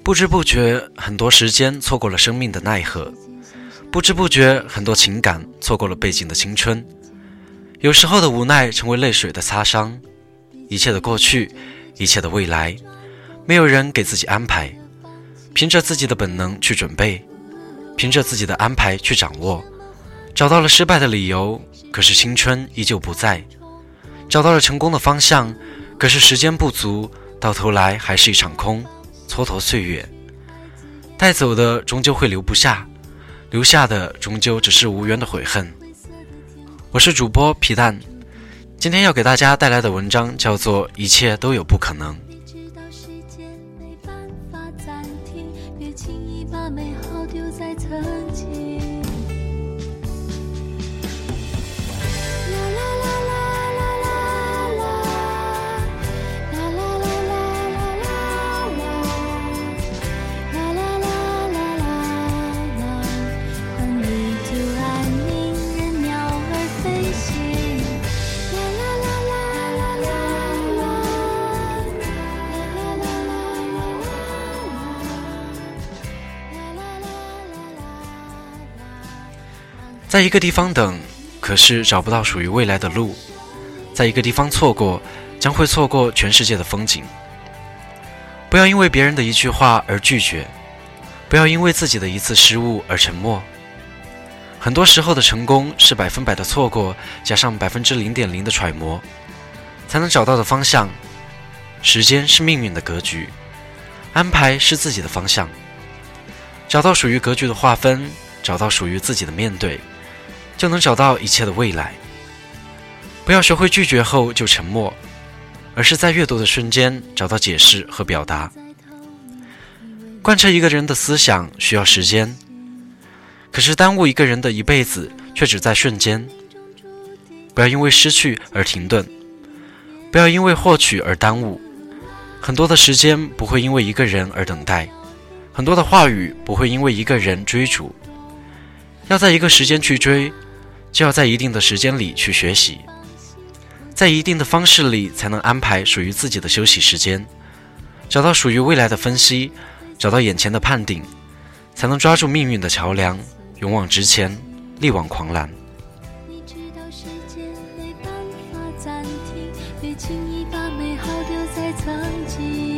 不知不觉，很多时间错过了生命的奈何；不知不觉，很多情感错过了背景的青春。有时候的无奈成为泪水的擦伤，一切的过去，一切的未来，没有人给自己安排，凭着自己的本能去准备，凭着自己的安排去掌握，找到了失败的理由，可是青春依旧不在；找到了成功的方向，可是时间不足，到头来还是一场空，蹉跎岁月。带走的终究会留不下，留下的终究只是无缘的悔恨。我是主播皮蛋，今天要给大家带来的文章叫做《一切都有不可能》。 别轻易把美好丢在曾经。 在一个地方等，可是找不到属于未来的路；在一个地方错过，将会错过全世界的风景。不要因为别人的一句话而拒绝，不要因为自己的一次失误而沉默。很多时候的成功是100%的错过，加上0.0%的揣摩，才能找到的方向。时间是命运的格局，安排是自己的方向。找到属于格局的划分，找到属于自己的面对，就能找到一切的未来。不要学会拒绝后就沉默，而是在阅读的瞬间找到解释和表达。贯彻一个人的思想需要时间，可是耽误一个人的一辈子却只在瞬间。不要因为失去而停顿，不要因为获取而耽误。很多的时间不会因为一个人而等待，很多的话语不会因为一个人追逐。要在一个时间去追，就要在一定的时间里去学习，在一定的方式里才能安排属于自己的休息时间，找到属于未来的分析，找到眼前的判定，才能抓住命运的桥梁，勇往直前，力挽狂澜。 你知道时间没办法暂停，别轻易把美好丢在曾经。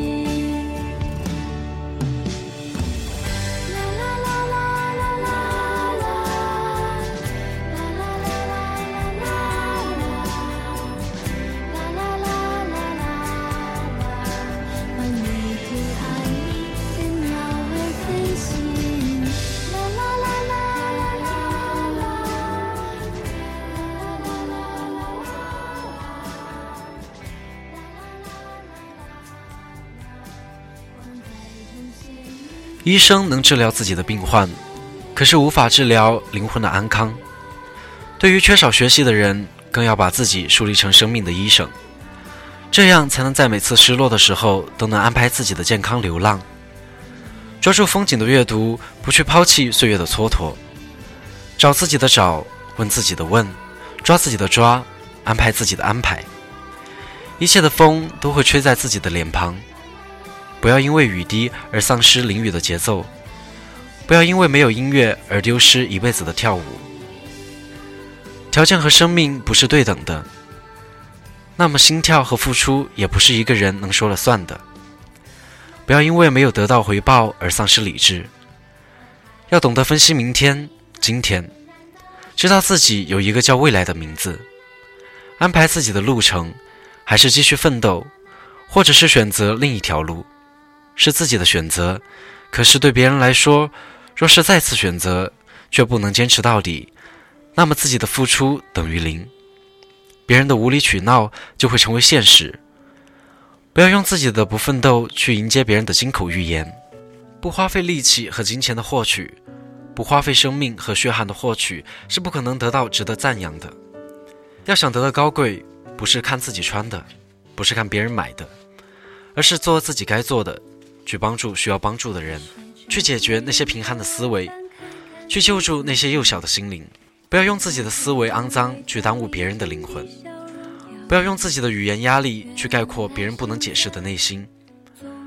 医生能治疗自己的病患，可是无法治疗灵魂的安康。对于缺少学习的人，更要把自己树立成生命的医生，这样才能在每次失落的时候都能安排自己的健康流浪。抓住风景的阅读，不去抛弃岁月的蹉跎，找自己的找，问自己的问，抓自己的抓，安排自己的安排。一切的风都会吹在自己的脸庞，不要因为雨滴而丧失淋雨的节奏，不要因为没有音乐而丢失一辈子的跳舞。条件和生命不是对等的，那么心跳和付出也不是一个人能说了算的。不要因为没有得到回报而丧失理智，要懂得分析明天、今天，知道自己有一个叫未来的名字，安排自己的路程，还是继续奋斗，或者是选择另一条路。是自己的选择，可是对别人来说，若是再次选择却不能坚持到底，那么自己的付出等于零，别人的无理取闹就会成为现实。不要用自己的不奋斗去迎接别人的金口玉言，不花费力气和金钱的获取，不花费生命和血汗的获取，是不可能得到值得赞扬的。要想得到高贵，不是看自己穿的，不是看别人买的，而是做自己该做的，去帮助需要帮助的人，去解决那些贫寒的思维，去救助那些幼小的心灵。不要用自己的思维肮脏去耽误别人的灵魂，不要用自己的语言压力去概括别人不能解释的内心，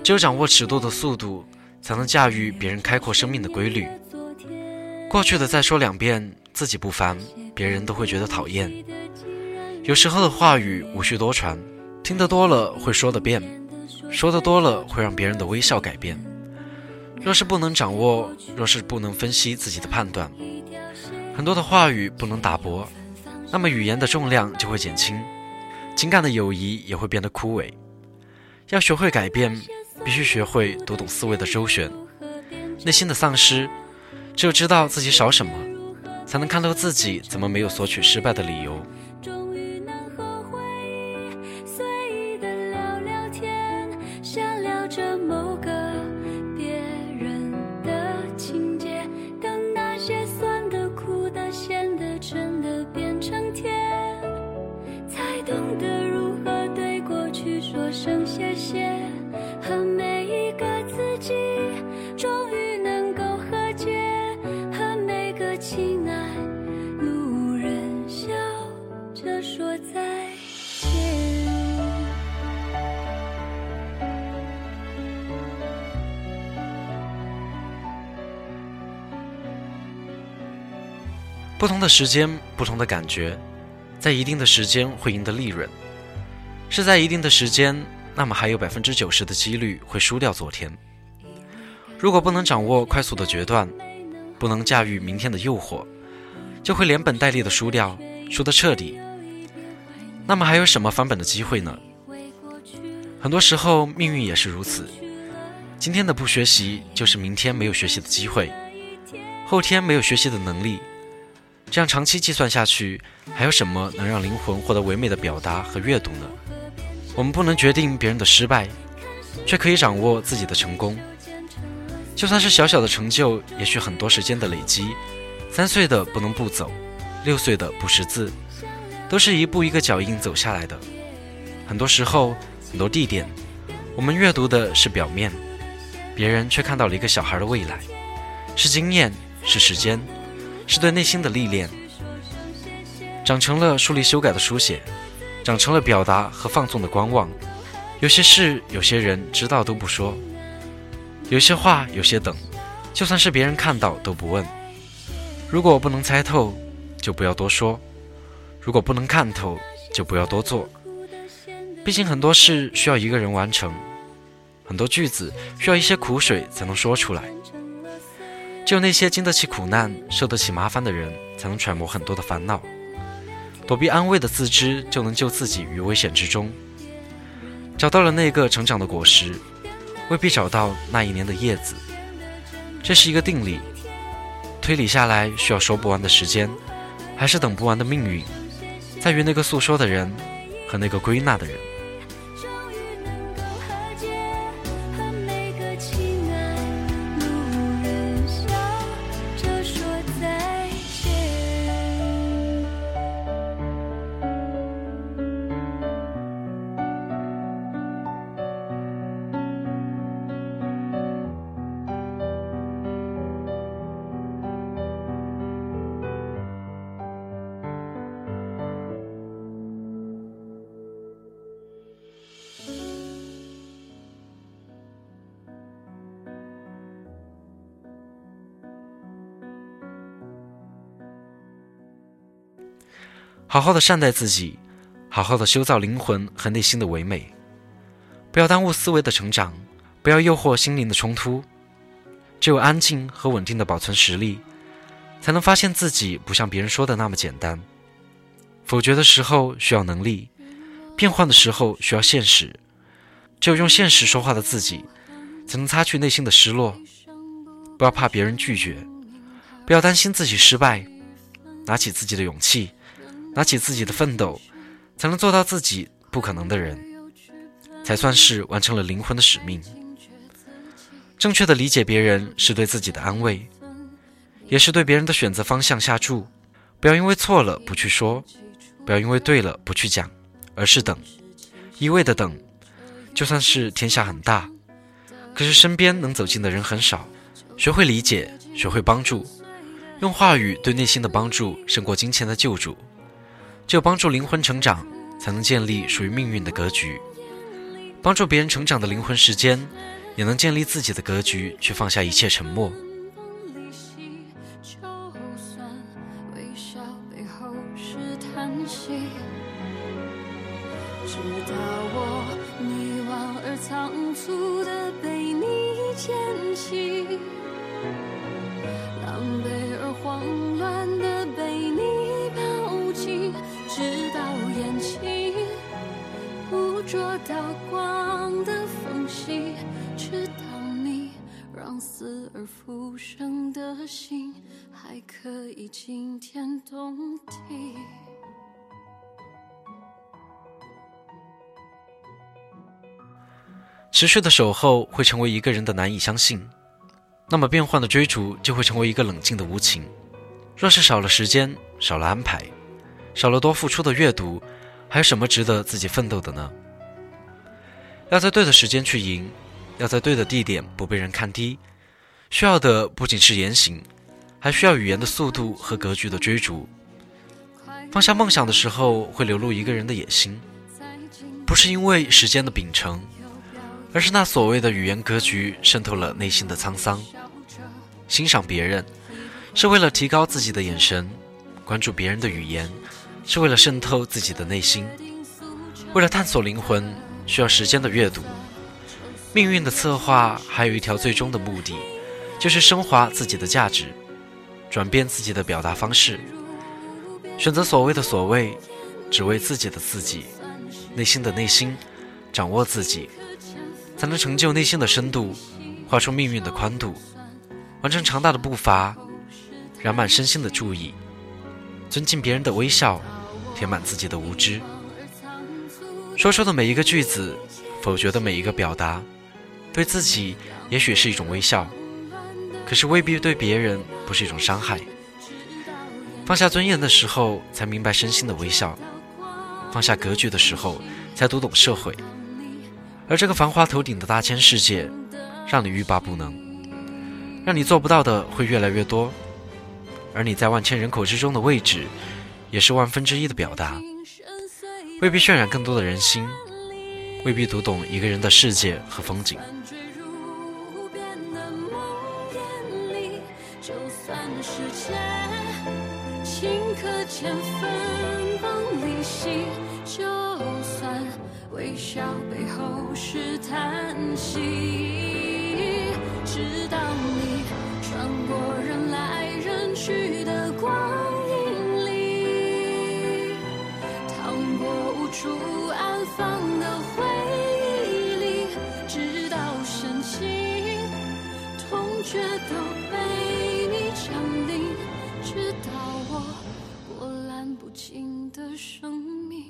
只有掌握尺度的速度，才能驾驭别人开阔生命的规律。过去的再说2遍，自己不烦，别人都会觉得讨厌。有时候的话语无需多传，听得多了会说得变，说得多了会让别人的微笑改变。若是不能掌握，若是不能分析自己的判断，很多的话语不能打薄，那么语言的重量就会减轻，情感的友谊也会变得枯萎。要学会改变，必须学会读懂思维的周旋。内心的丧失，只有知道自己少什么，才能看透自己怎么没有索取失败的理由。 终于能和回忆随意的聊聊天，想聊着某个别人的情节，等那些酸的苦的咸的真的变成甜，才懂得如何对过去说声谢谢，和每一个自己终于能够和解，和每个亲爱路人笑着说再见。 不同的时间，不同的感觉，在一定的时间会赢得利润，是在一定的时间，那么还有90%的几率会输掉昨天。如果不能掌握快速的决断，不能驾驭明天的诱惑，就会连本带利的输掉，输得彻底。那么还有什么翻本的机会呢？很多时候命运也是如此，今天的不学习，就是明天没有学习的机会，后天没有学习的能力。这样长期计算下去，还有什么能让灵魂获得唯美的表达和阅读呢？我们不能决定别人的失败，却可以掌握自己的成功。就算是小小的成就，也需很多时间的累积。3岁的不能不走，6岁的不识字，都是一步一个脚印走下来的。很多时候，很多地点，我们阅读的是表面，别人却看到了一个小孩的未来，是经验，是时间，是对内心的历练，长成了疏离修改的书写，长成了表达和放纵的观望。有些事，有些人知道都不说，有些话，有些等，就算是别人看到都不问。如果不能猜透，就不要多说；如果不能看透，就不要多做。毕竟很多事需要一个人完成，很多句子需要一些苦水才能说出来。只有那些经得起苦难、受得起麻烦的人，才能揣摩很多的烦恼。躲避安慰的自知，就能救自己于危险之中。找到了那个成长的果实，未必找到那一年的叶子。这是一个定理，推理下来需要说不完的时间，还是等不完的命运，在于那个诉说的人和那个归纳的人。 终于能够和解，和每个亲爱路人笑着说再见。 好好的善待自己，好好的修造灵魂和内心的唯美，不要耽误思维的成长，不要诱惑心灵的冲突。只有安静和稳定的保存实力，才能发现自己不像别人说的那么简单。否决的时候需要能力，变换的时候需要现实。只有用现实说话的自己，才能擦去内心的失落。不要怕别人拒绝，不要担心自己失败，拿起自己的勇气，拿起自己的奋斗，才能做到自己不可能的人，才算是完成了灵魂的使命。正确的理解别人，是对自己的安慰，也是对别人的选择方向下注。不要因为错了不去说，不要因为对了不去讲，而是等，一味的等。就算是天下很大，可是身边能走近的人很少。学会理解，学会帮助，用话语对内心的帮助胜过金钱的救助。只有帮助灵魂成长，才能建立属于命运的格局。帮助别人成长的灵魂时间， 也能建立自己的格局，去放下一切沉默。 直到我迷惘而仓促地被你捡起，狼狈而慌乱地被你抱紧，直到眼睛捕捉到光的缝隙，直到你让死而复生的心还可以惊天动地。 持续的守候会成为一个人的难以相信，那么变幻的追逐就会成为一个冷静的无情。若是少了时间，少了安排，少了多付出的阅读，还有什么值得自己奋斗的呢？要在对的时间去赢，要在对的地点不被人看低，需要的不仅是言行，还需要语言的速度和格局的追逐。放下梦想的时候，会流露一个人的野心，不是因为时间的秉承，而是那所谓的语言格局渗透了内心的沧桑。欣赏别人是为了提高自己的眼神，关注别人的语言是为了渗透自己的内心。为了探索灵魂，需要时间的阅读。命运的策划还有一条最终的目的，就是升华自己的价值，转变自己的表达方式，选择所谓的所谓，只为自己的自己，内心的内心，掌握自己，才能成就内心的深度，画出命运的宽度，完成长大的步伐，染满身心的注意，尊敬别人的微笑，填满自己的无知。说出的每一个句子，否决的每一个表达，对自己也许是一种微笑，可是未必对别人不是一种伤害。放下尊严的时候，才明白身心的微笑；放下格局的时候，才读懂社会。而这个繁华头顶的大千世界，让你欲罢不能，让你做不到的会越来越多，而你在万千人口之中的位置，也是1/1000的表达。未必渲染更多的人心，未必读懂一个人的世界和风景。 就算世界顷刻间分崩离析，就算微笑背后是叹息，直到你穿过人来人去的光阴里，趟过无处安放的回忆里，直到深情痛觉都被你降临，直到我波澜不惊的生命。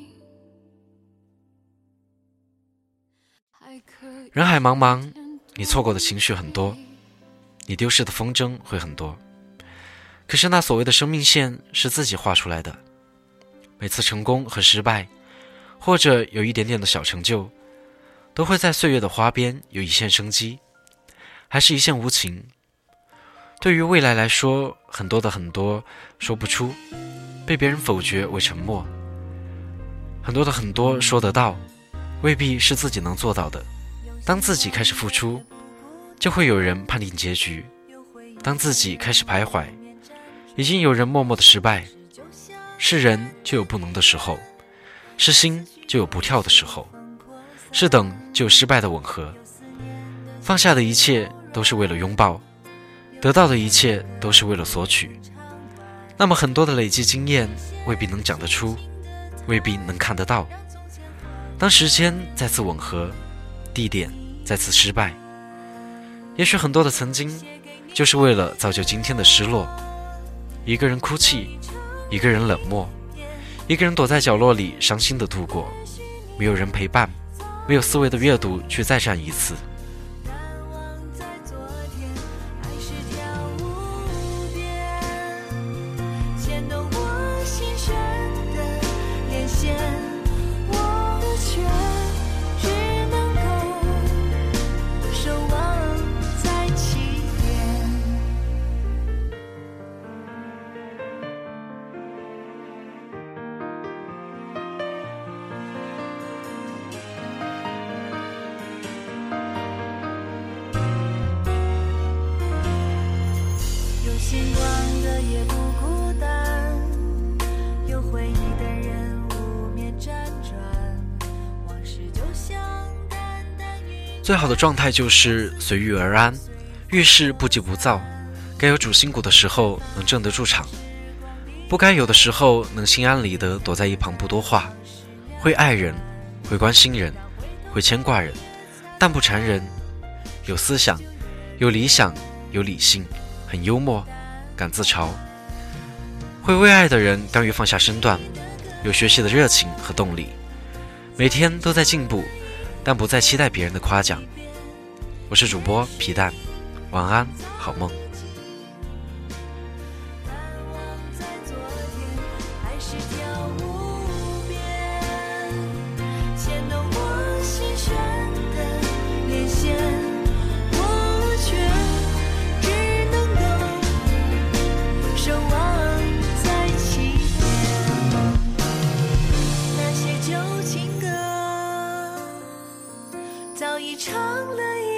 人海茫茫，你错过的情绪很多，你丢失的风筝会很多，可是那所谓的生命线是自己画出来的。每次成功和失败，或者有一点点的小成就，都会在岁月的花边有一线生机，还是一线无情。对于未来来说，很多的很多说不出，被别人否决为沉默；很多的很多说得到，未必是自己能做到的。当自己开始付出，就会有人判定结局；当自己开始徘徊，已经有人默默的失败。是人就有不能的时候，是心就有不跳的时候，是等就有失败的吻合。放下的一切都是为了拥抱，得到的一切都是为了索取。那么很多的累积经验未必能讲得出，未必能看得到。当时间再次吻合，地点再次失败，也许很多的曾经就是为了造就今天的失落。一个人哭泣，一个人冷漠，一个人躲在角落里伤心的度过，没有人陪伴，没有思维的阅读去再战一次。 最好的状态就是随遇而安，遇事不急不躁，该有主心骨的时候能镇得住场，不该有的时候能心安理得躲在一旁不多话，会爱人，会关心人，会牵挂人，但不缠人，有思想，有理想，有理性，很幽默，敢自嘲，会为爱的人甘于放下身段，有学习的热情和动力，每天都在进步，但不再期待别人的夸奖。我是主播皮蛋，晚安，好梦。 早已唱了